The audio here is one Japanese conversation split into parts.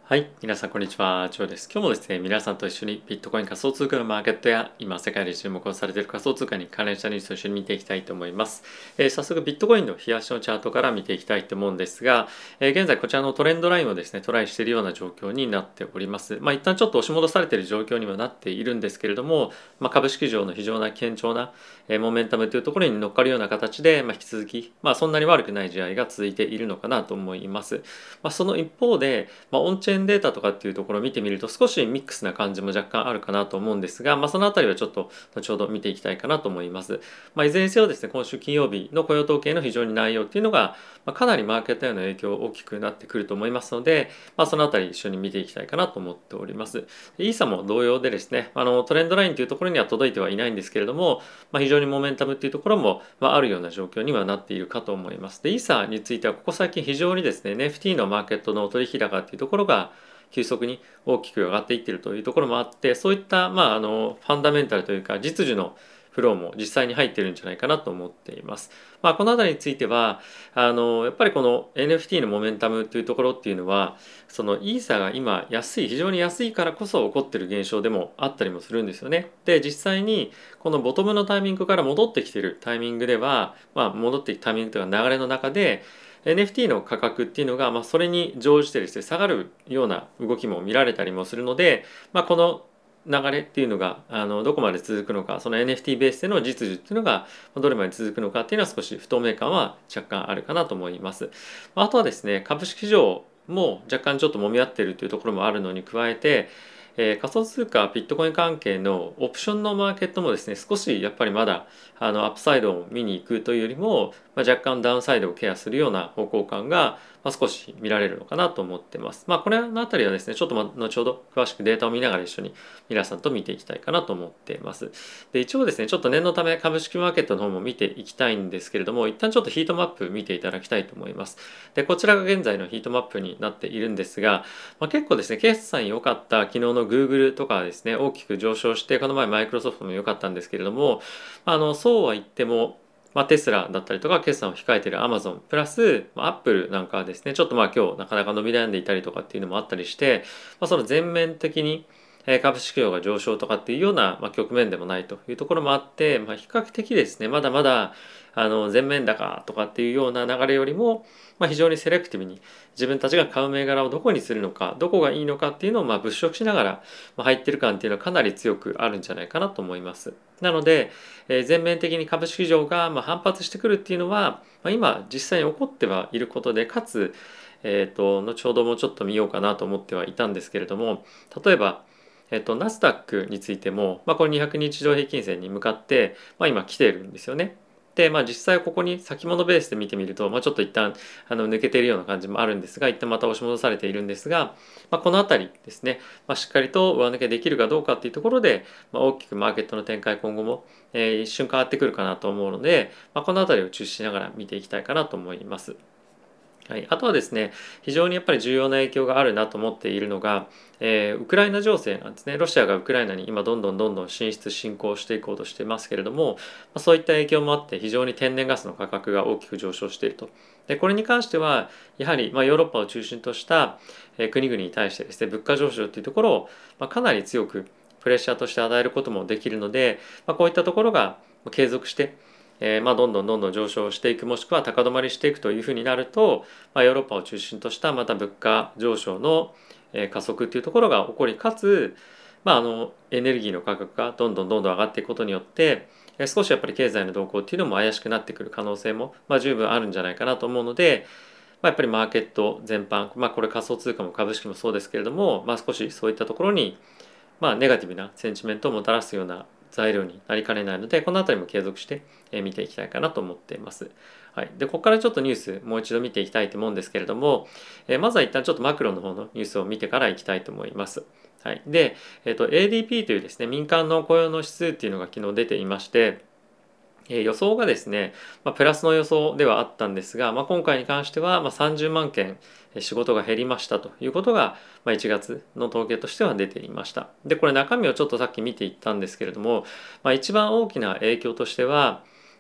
はい、皆さんこんにちは、ジョーです。今日もですね、皆さんと一緒にビットコイン仮想通貨のマーケットや今世界で注目をされている仮想通貨に関連したニュースを一緒に見ていきたいと思います。早速ビットコインの日足のチャートから見ていきたいと思うんですが、現在こちらのトレンドラインをですね、トライしているような状況になっております。一旦ちょっと押し戻されている状況にはなっているんですけれども、株式市場の非常な堅調なモメンタムというところに乗っかるような形で、引き続き、そんなに悪くない試合が続いているのかなと思います。その一方で、オンチェーンデータとかっていうところを見てみると少しミックスな感じも若干あるかなと思うんですが、そのあたりはちょっと後ほど見ていきたいかなと思います。いずれにせよですね、今週金曜日の雇用統計の非常に内容っていうのが、かなりマーケットへの影響大きくなってくると思いますので、そのあたり一緒に見ていきたいかなと思っております。イーサも同様でですね、トレンドラインというところには届いてはいないんですけれども、非常にモメンタムっていうところも、あるような状況にはなっているかと思います。で、イーサについてはここ最近非常にですね、NFT のマーケットの取引高っていうところが急速に大きく上がっていっているというところもあって、そういった、ファンダメンタルというか実需のフローも実際に入っているんじゃないかなと思っています。このあたりについてはやっぱりこの NFT のモメンタムというところっていうのは、そのイーサが今非常に安いからこそ起こっている現象でもあったりもするんですよね。で、実際にこのボトムのタイミングから戻ってきているタイミングでは、戻ってきたタイミングというか流れの中で NFT の価格っていうのが、それに乗じてですね下がるような動きも見られたりもするので、この流れっていうのがどこまで続くのか、その NFT ベースでの実需っていうのがどれまで続くのかっていうのは少し不透明感は若干あるかなと思います。あとはですね、株式市場も若干ちょっと揉み合っているというところもあるのに加えて、仮想通貨ビットコイン関係のオプションのマーケットもですね、少しやっぱりまだアップサイドを見に行くというよりも、若干ダウンサイドをケアするような方向感が、少し見られるのかなと思ってます。これのあたりはですね、ちょっと後ほど詳しくデータを見ながら一緒に皆さんと見ていきたいかなと思っています。で、一応ですね、ちょっと念のため株式マーケットの方も見ていきたいんですけれども、一旦ちょっとヒートマップ見ていただきたいと思います。で、こちらが現在のヒートマップになっているんですが、結構ですね、決算良かった昨日の Google とかはですね、大きく上昇して、この前マイクロソフトも良かったんですけれども、そうは言っても、テスラだったりとか決算を控えている Amazon プラス、Apple なんかはですね、ちょっと今日なかなか伸び悩んでいたりとかっていうのもあったりして、その全面的に株式市場が上昇とかっていうような、局面でもないというところもあって、比較的ですね、まだまだ全面高とかっていうような流れよりも、非常にセレクティブに自分たちが買う銘柄をどこにするのか、どこがいいのかっていうのを物色しながら入ってる感っていうのはかなり強くあるんじゃないかなと思います。なので、全面的に株式市場が反発してくるっていうのは、今実際に起こってはいることで、かつ、後ほどもちょっと見ようかなと思ってはいたんですけれども、例えば、ナスダックについても、これ200日移動平均線に向かって、今来ているんですよね。で、実際ここに先物ベースで見てみると、ちょっと一旦抜けているような感じもあるんですが、一旦また押し戻されているんですが、この辺りですね、しっかりと上抜けできるかどうかっていうところで、大きくマーケットの展開今後も、一瞬変わってくるかなと思うので、この辺りを注視しながら見ていきたいかなと思います。はい、あとはですね、非常にやっぱり重要な影響があるなと思っているのが、ウクライナ情勢なんですね。ロシアがウクライナに今どんどん進行していこうとしてますけれども、そういった影響もあって非常に天然ガスの価格が大きく上昇していると。で、これに関してはやはりヨーロッパを中心とした国々に対してですね、物価上昇というところをかなり強くプレッシャーとして与えることもできるので、こういったところが継続してどんどん上昇していく、もしくは高止まりしていくというふうになると、ヨーロッパを中心としたまた物価上昇の加速というところが起こり、かつ、エネルギーの価格がどんどん上がっていくことによって少しやっぱり経済の動向っていうのも怪しくなってくる可能性も十分あるんじゃないかなと思うので、やっぱりマーケット全般、これ仮想通貨も株式もそうですけれども、少しそういったところにネガティブなセンチメントをもたらすような材料になりかねないので、この辺りも継続して見ていきたいかなと思っています。はい、でここからちょっとニュースもう一度見ていきたいと思うんですけれども、まずは一旦ちょっとマクロの方のニュースを見てからいきたいと思います。はい、で、ADP というですね、民間の雇用の指数っていうのが昨日出ていまして、予想がですね、プラスの予想ではあったんですが、今回に関しては30万件仕事が減りましたということが1月の統計としては出ていました。で、これ中身をちょっとさっき見ていったんですけれども、一番大きな影響としては、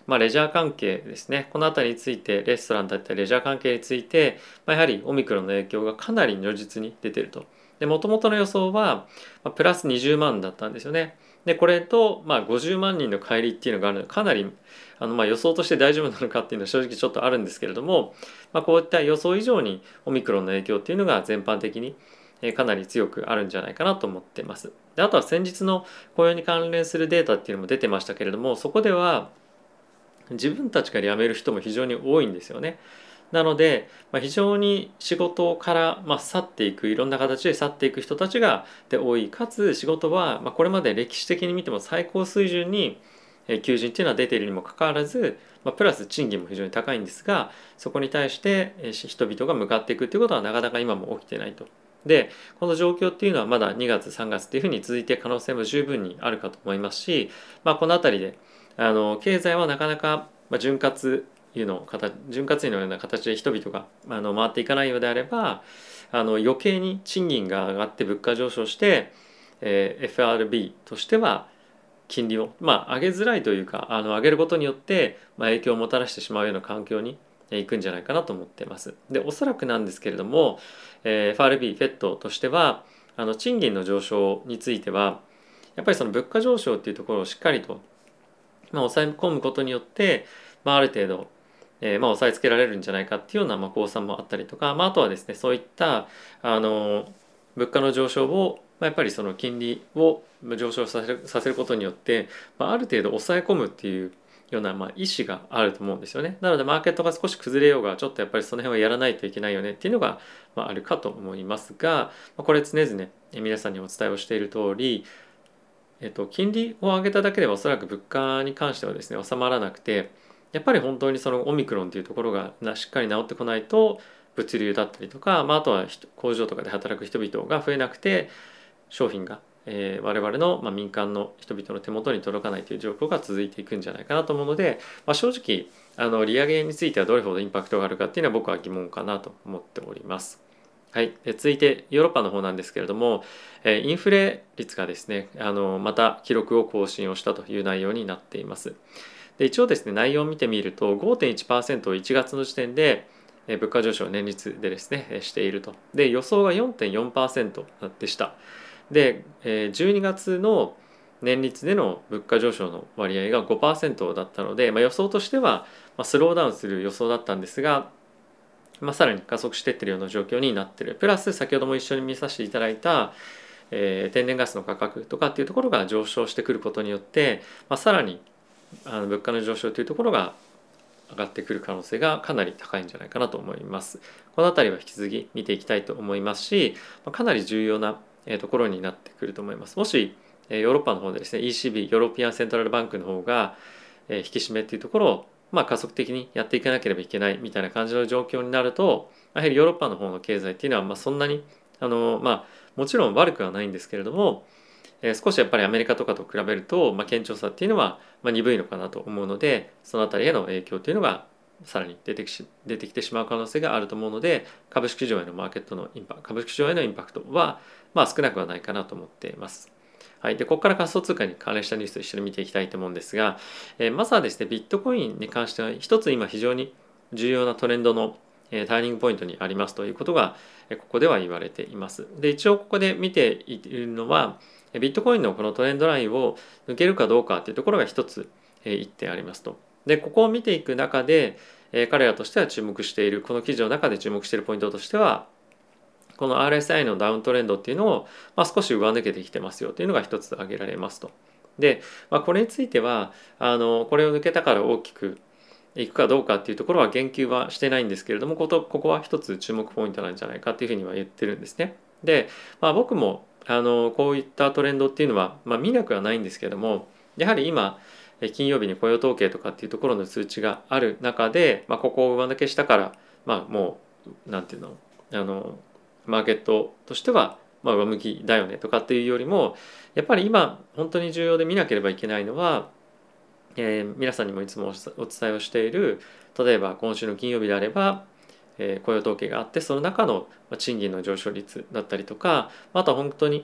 レジャー関係ですね、この辺りについて、レストランだったりレジャー関係について、やはりオミクロンの影響がかなり如実に出ていると。で、もともとの予想は、プラス20万だったんですよね。で、これと、50万人の帰りっていうのがあるので、かなり予想として大丈夫なのかっていうのは正直ちょっとあるんですけれども、こういった予想以上にオミクロンの影響っていうのが全般的にかなり強くあるんじゃないかなと思っています。で、あとは先日の雇用に関連するデータっていうのも出てましたけれども、そこでは自分たちから辞める人も非常に多いんですよね。なので、非常に仕事から、去っていく、いろんな形で去っていく人たちが多い。かつ仕事は、これまで歴史的に見ても最高水準に求人っていうのは出ているにもかかわらず、プラス賃金も非常に高いんですが、そこに対して人々が向かっていくっていうことはなかなか今も起きてないと。で、この状況っていうのはまだ2月3月っていうふうに続いていく可能性も十分にあるかと思いますし、この辺りで経済はなかなか潤滑油の潤滑油のような形で人々が回っていかないようであれば、余計に賃金が上がって物価上昇して、FRB としては金利を、上げづらいというか上げることによって、影響をもたらしてしまうような環境にいくんじゃないかなと思っています。で、おそらくなんですけれども、FRB、FED としては賃金の上昇についてはやっぱりその物価上昇っていうところをしっかりと抑え込むことによって、ある程度、抑えつけられるんじゃないかっていうような公算もあったりとか、あとはですね、そういった物価の上昇を、やっぱりその金利を上昇させることによって、ある程度抑え込むっていうような、意思があると思うんですよね。なのでマーケットが少し崩れようがちょっとやっぱりその辺はやらないといけないよねっていうのが、あるかと思いますが、これ常々皆さんにお伝えをしている通り、金利を上げただけではおそらく物価に関してはですね収まらなくて、やっぱり本当にそのオミクロンというところがしっかり治ってこないと物流だったりとか、あとは工場とかで働く人々が増えなくて商品が、我々の、民間の人々の手元に届かないという状況が続いていくんじゃないかなと思うので、正直利上げについてはどれほどインパクトがあるかっていうのは僕は疑問かなと思っております。はい、続いてヨーロッパの方なんですけれども、インフレ率がですねまた記録を更新をしたという内容になっています。で、一応ですね内容を見てみると 5.1% を1月の時点で物価上昇年率でですねしていると。で、予想が 4.4% でした。で、12月の年率での物価上昇の割合が 5% だったので、予想としてはスローダウンする予想だったんですが、さらに加速していってるような状況になってる。プラス先ほども一緒に見させていただいた、天然ガスの価格とかっていうところが上昇してくることによって、さらに物価の上昇というところが上がってくる可能性がかなり高いんじゃないかなと思います。このあたりは引き続き見ていきたいと思いますし、かなり重要なところになってくると思います。もしヨーロッパの方でですね ECB ヨーロピアンセントラルバンクの方が引き締めっていうところを加速的にやっていかなければいけないみたいな感じの状況になると、やはりヨーロッパの方の経済っていうのはそんなにもちろん悪くはないんですけれども、少しやっぱりアメリカとかと比べると、顕著さっていうのは鈍いのかなと思うので、そのあたりへの影響というのがさらに出てきてしまう可能性があると思うので、株式市場への株式市場へのインパクトは少なくはないかなと思っています。はい、でここから仮想通貨に関連したニュースを一緒に見ていきたいと思うんですが、まずはですねビットコインに関しては一つ今非常に重要なトレンドのターニングポイントにありますということがここでは言われています。で、一応ここで見ているのはビットコインのこのトレンドラインを抜けるかどうかというところが一つ一点ありますと。で、ここを見ていく中で彼らとしては注目している、この記事の中で注目しているポイントとしては、この RSI のダウントレンドっていうのを、少し上抜けてきてますよというのが一つ挙げられますと。で、これについてはこれを抜けたから大きくいくかどうかっていうところは言及はしてないんですけれども、ここは一つ注目ポイントなんじゃないかっていうふうには言ってるんですね。で、僕もこういったトレンドっていうのは、見なくはないんですけども、やはり今金曜日に雇用統計とかっていうところの数値がある中で、ここを上抜けしたから、もうなんていうのマーケットとしては上向きだよねとかっていうよりも、やっぱり今本当に重要で見なければいけないのは、皆さんにもいつもお伝えをしている、例えば今週の金曜日であれば、雇用統計があって、その中の賃金の上昇率だったりとか、あとは本当に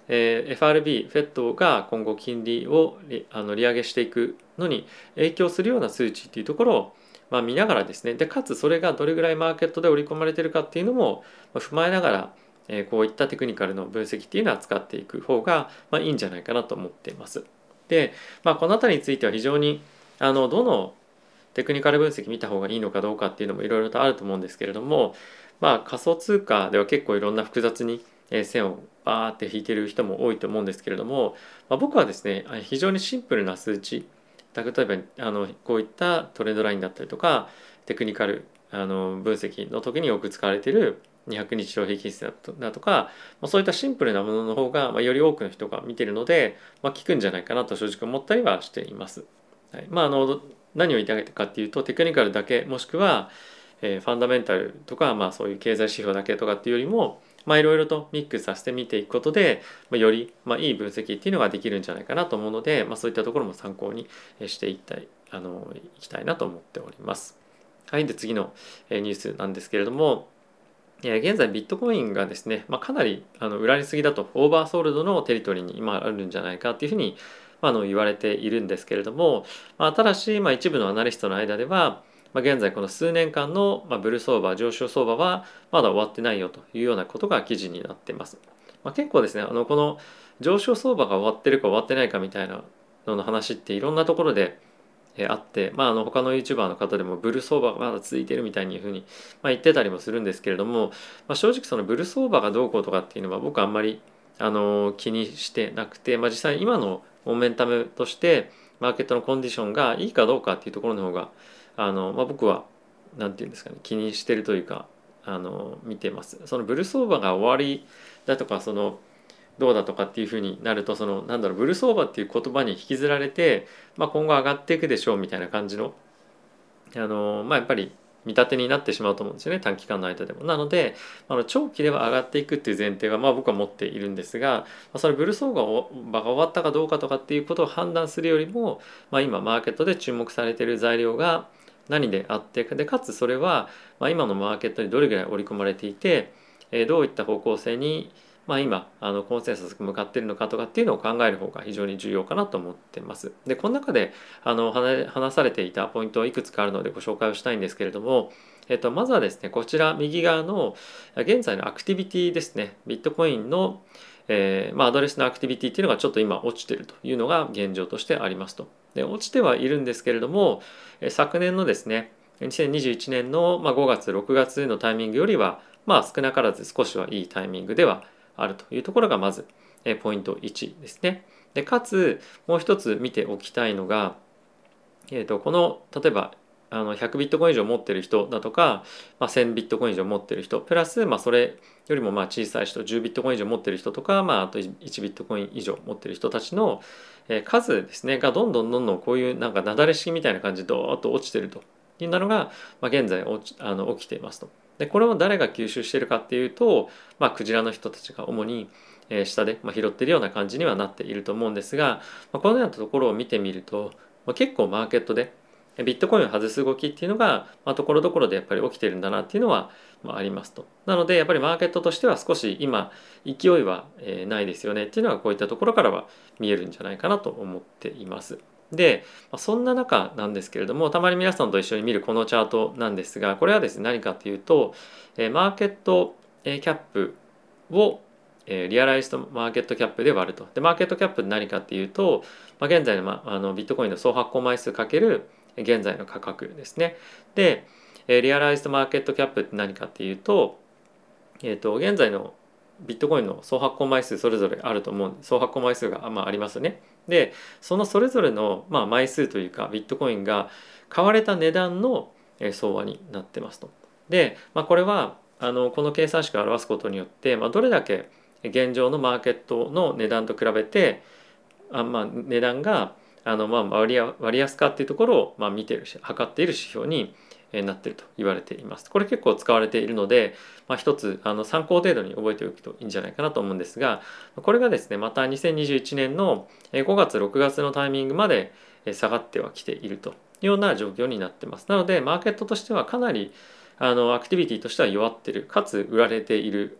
FRB、FED が今後金利を利上げしていくのに影響するような数値っていうところを見ながらですね、でかつそれがどれぐらいマーケットで織り込まれているかっていうのも踏まえながら、こういったテクニカルの分析っていうのは使っていく方がいいんじゃないかなと思っています。で、この辺りについては非常にどのテクニカル分析見た方がいいのかどうかっていうのもいろいろとあると思うんですけれども、仮想通貨では結構いろんな複雑に線をバーって引いてる人も多いと思うんですけれども、僕はですね非常にシンプルな数値、例えばこういったトレンドラインだったりとかテクニカル分析の時によく使われている200日移平均線だとか、そういったシンプルなものの方がより多くの人が見ているので、効くんじゃないかなと正直思ったりはしています。はい、何を言いたいかっていうと、テクニカルだけもしくはファンダメンタルとか、そういう経済指標だけとかっていうよりもいろいろとミックスさせて見ていくことで、よりいい分析っていうのができるんじゃないかなと思うので、そういったところも参考にしていきたいなと思っております。はい、で次のニュースなんですけれども、現在ビットコインがですね、かなり売られすぎだとオーバーソールドのテリトリーに今あるんじゃないかっていうふうに言われているんですけれども、ただし一部のアナリストの間では現在この数年間のブル相場上昇相場はまだ終わってないよというようなことが記事になっています。結構ですねこの上昇相場が終わってるか終わってないかみたいなのの話っていろんなところであって、他の YouTuber の方でもブル相場がまだ続いてるみたいにいうふうに言ってたりもするんですけれども、正直そのブル相場がどうこうとかっていうのは僕はあんまり気にしてなくて、実際今のモメンタムとしてマーケットのコンディションがいいかどうかっていうところの方が僕はなんていうんですかね、気にしてるというか見てます。そのブル相場が終わりだとかどうだとかっていうふうになるとブル相場っていう言葉に引きずられて、今後上がっていくでしょうみたいな感じのやっぱり見立てになってしまうと思うんですよね、短期間の間でも。なので長期では上がっていくっていう前提が僕は持っているんですが、それブル相場が終わったかどうかとかっていうことを判断するよりも、今マーケットで注目されている材料が何であって、でかつそれは今のマーケットにどれぐらい織り込まれていて、どういった方向性に今コンセンサスが向かっているのかとかっていうのを考える方が非常に重要かなと思ってます。でこの中で話されていたポイントはいくつかあるのでご紹介をしたいんですけれども、まずはですねこちら右側の現在のアクティビティですね。ビットコインのアドレスのアクティビティっていうのがちょっと今落ちてるというのが現状としてありますと。で落ちてはいるんですけれども、昨年のですね2021年の5月6月のタイミングよりは少なからず少しはいいタイミングではあるというところがまずポイント1ですね。でかつもう一つ見ておきたいのが、この例えば100ビットコイン以上持ってる人だとか、1000ビットコイン以上持ってる人プラスそれよりも小さい人10ビットコイン以上持ってる人とか、あと1ビットコイン以上持ってる人たちの数ですねがどんどんこういうなだれ式みたいな感じでドーッと落ちてるというのが、現在起きていますと。でこれを誰が吸収しているかっていうと、クジラの人たちが主に下で拾っているような感じにはなっていると思うんですが、このようなところを見てみると、結構マーケットでビットコインを外す動きっていうのがところどころでやっぱり起きてるんだなっていうのはありますと。なのでやっぱりマーケットとしては少し今勢いはないですよねっていうのはこういったところからは見えるんじゃないかなと思っています。でそんな中なんですけれども、たまに皆さんと一緒に見るこのチャートなんですが、これはですね何かというとマーケットキャップをリアライズドマーケットキャップで割ると。でマーケットキャップって何かっていうと、現在のビットコインの総発行枚数かける現在の価格ですね。でリアライズドマーケットキャップって何かっていうと、現在のビットコインの総発行枚数それぞれあると思う総発行枚数がありますよね。でそのそれぞれの枚数というかビットコインが買われた値段の相和になってますと。で、これはこの計算式を表すことによって、どれだけ現状のマーケットの値段と比べて値段が割安かっていうところを見ている測っている指標になっていると言われています。これ結構使われているので、一つ参考程度に覚えておくといいんじゃないかなと思うんですが、これがですねまた2021年の5月6月のタイミングまで下がってはきているというような状況になってます。なのでマーケットとしてはかなりアクティビティとしては弱っている、かつ売られている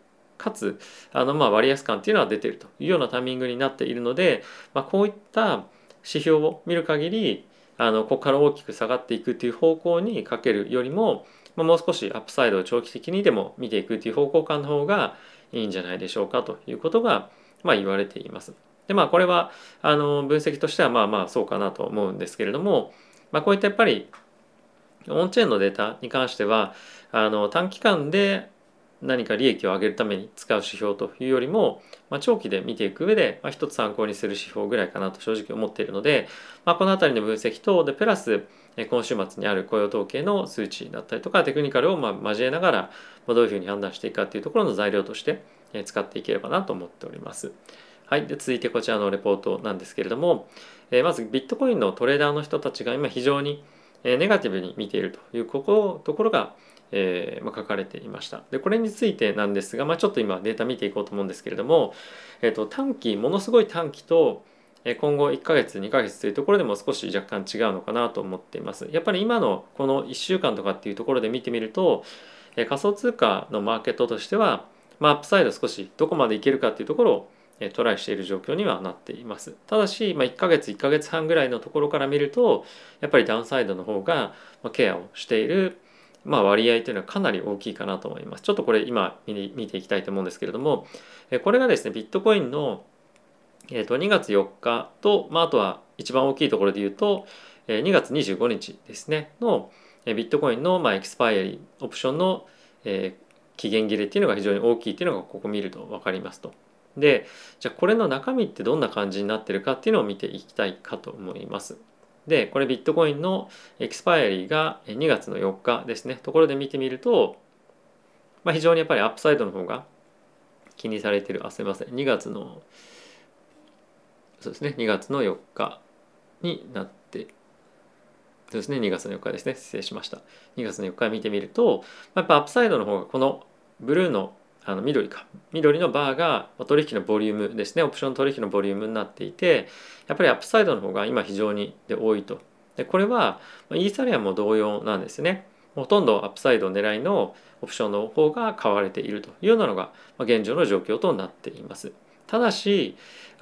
かつ割安感っていうのは出ているというようなタイミングになっているので、こういった指標を見る限りここから大きく下がっていくという方向にかけるよりも、もう少しアップサイドを長期的にでも見ていくという方向感の方がいいんじゃないでしょうかということが言われています。でこれは分析としてはそうかなと思うんですけれども、こういったやっぱりオンチェーンのデータに関しては短期間で何か利益を上げるために使う指標というよりも、長期で見ていく上で、一つ参考にする指標ぐらいかなと正直思っているので、この辺りの分析とでプラス今週末にある雇用統計の数値だったりとかテクニカルを交えながらどういうふうに判断していくかというところの材料として使っていければなと思っております。はい、で続いてこちらのレポートなんですけれども、まずビットコインのトレーダーの人たちが今非常にネガティブに見ているというところが書かれていました。でこれについてなんですが、ちょっと今データ見ていこうと思うんですけれども、短期ものすごい短期と今後1ヶ月2ヶ月というところでも少し若干違うのかなと思っています。やっぱり今のこの1週間とかっていうところで見てみると仮想通貨のマーケットとしては、アップサイド少しどこまでいけるかっていうところをトライしている状況にはなっています。ただし、1ヶ月1ヶ月半ぐらいのところから見るとやっぱりダウンサイドの方がケアをしている割合というのはかなり大きいかなと思います。ちょっとこれ今見ていきたいと思うんですけれども、これがですねビットコインの2月4日と、あとは一番大きいところで言うと2月25日ですねのビットコインのエクスパイアリーオプションの期限切れっていうのが非常に大きいっていうのがここ見ると分かりますと。でじゃあこれの中身ってどんな感じになってるかっていうのを見ていきたいかと思います。でこれビットコインのエクスパイアリーが2月の4日ですねところで見てみると、非常にやっぱりアップサイドの方が気にされている。すいませんそうですね2月の4日になってそうですね2月の4日ですね失礼しました。2月の4日見てみるとやっぱアップサイドの方がこのブルーの緑のバーが取引のボリュームですねオプション取引のボリュームになっていてやっぱりアップサイドの方が今非常に多いと。でこれはイーサリアムも同様なんですね。ほとんどアップサイド狙いのオプションの方が買われているというようなのが現状の状況となっています。ただし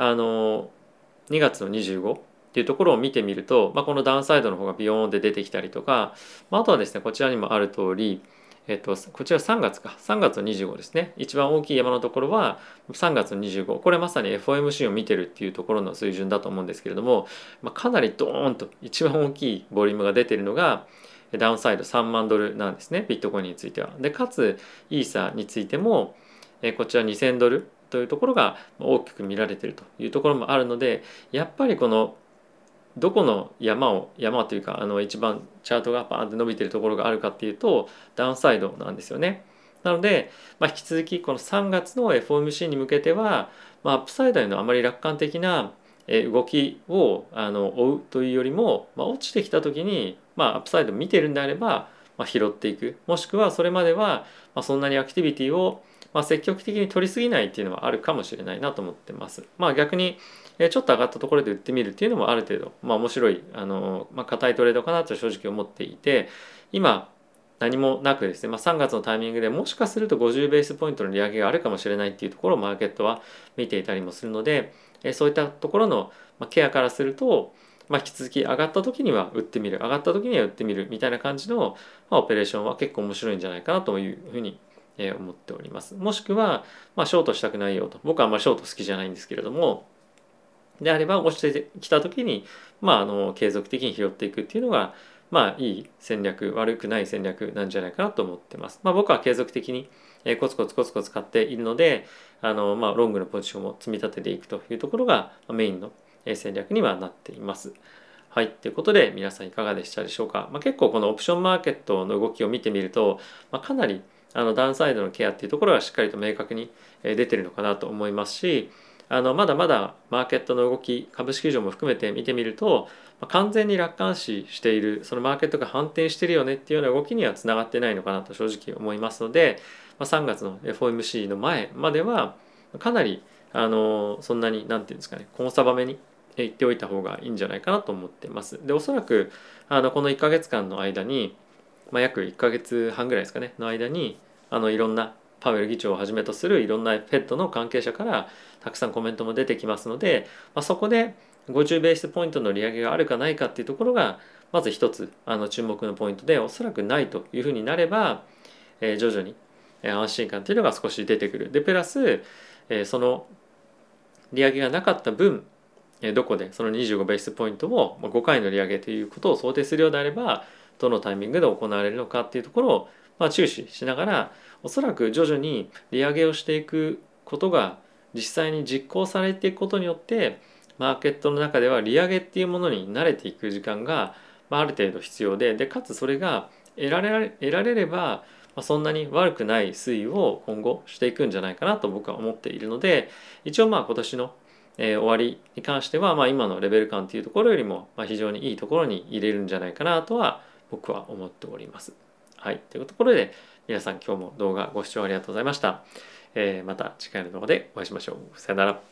2月の25っていうところを見てみると、このダウンサイドの方がビヨーンで出てきたりとか、あとはですねこちらにもある通りこちら3月の25ですね一番大きい山のところは3月の25これまさに FOMC を見てるっていうところの水準だと思うんですけれども、かなりドーンと一番大きいボリュームが出ているのがダウンサイド3万ドルなんですねビットコインについては。でかつイーサについてもこちら2000ドルというところが大きく見られているというところもあるのでやっぱりこのどこの山というか一番チャートがバーンって伸びているところがあるかっていうとダウンサイドなんですよね。なので、引き続きこの3月の FOMC に向けては、アップサイドへのあまり楽観的な動きを追うというよりも、落ちてきた時に、アップサイド見てるんであれば、拾っていくもしくはそれまでは、そんなにアクティビティを積極的に取りすぎないっていうのはあるかもしれないなと思ってます。逆にちょっと上がったところで売ってみるっていうのもある程度、面白い硬いトレードかなと正直思っていて今何もなくですね、3月のタイミングでもしかすると50ベースポイントの利上げがあるかもしれないっていうところをマーケットは見ていたりもするのでそういったところのケアからすると、引き続き上がった時には売ってみる上がった時には売ってみるみたいな感じの、オペレーションは結構面白いんじゃないかなというふうに思っております。もしくは、ショートしたくないよと僕はあんまりショート好きじゃないんですけれどもであれば落ちてきた時に、継続的に拾っていくっていうのがいい戦略悪くない戦略なんじゃないかなと思ってます。僕は継続的にコツコツ買っているのでロングのポジションを積み立てていくというところがメインの戦略にはなっています。はい、ということで皆さんいかがでしたでしょうか。結構このオプションマーケットの動きを見てみると、かなりダウンサイドのケアっていうところがしっかりと明確に出てるのかなと思いますしまだまだマーケットの動き株式市場も含めて見てみると完全に楽観視しているそのマーケットが反転してるよねっていうような動きにはつながってないのかなと正直思いますので3月の FOMC の前まではかなりそんなに何て言うんですかねコンサバめに言っておいた方がいいんじゃないかなと思っています。でおそらくこの1ヶ月間の間に、約1ヶ月半ぐらいですかねの間にいろんなパウエル議長をはじめとするいろんなフェットの関係者からたくさんコメントも出てきますので、そこで50ベースポイントの利上げがあるかないかっていうところがまず一つ注目のポイントで、おそらくないというふうになれば、徐々に安心感というのが少し出てくる。でプラスその利上げがなかった分、どこでその25ベースポイントを5回の利上げということを想定するようであれば、どのタイミングで行われるのかっていうところを注視しながら、おそらく徐々に利上げをしていくことが実際に実行されていくことによって、マーケットの中では利上げっていうものに慣れていく時間がある程度必要で、かつそれが得られればそんなに悪くない推移を今後していくんじゃないかなと僕は思っているので、一応今年の終わりに関しては今のレベル感というところよりも非常にいいところに入れるんじゃないかなとは僕は思っております。はい、というところで皆さん今日も動画ご視聴ありがとうございました。また次回の動画でお会いしましょう。さよなら。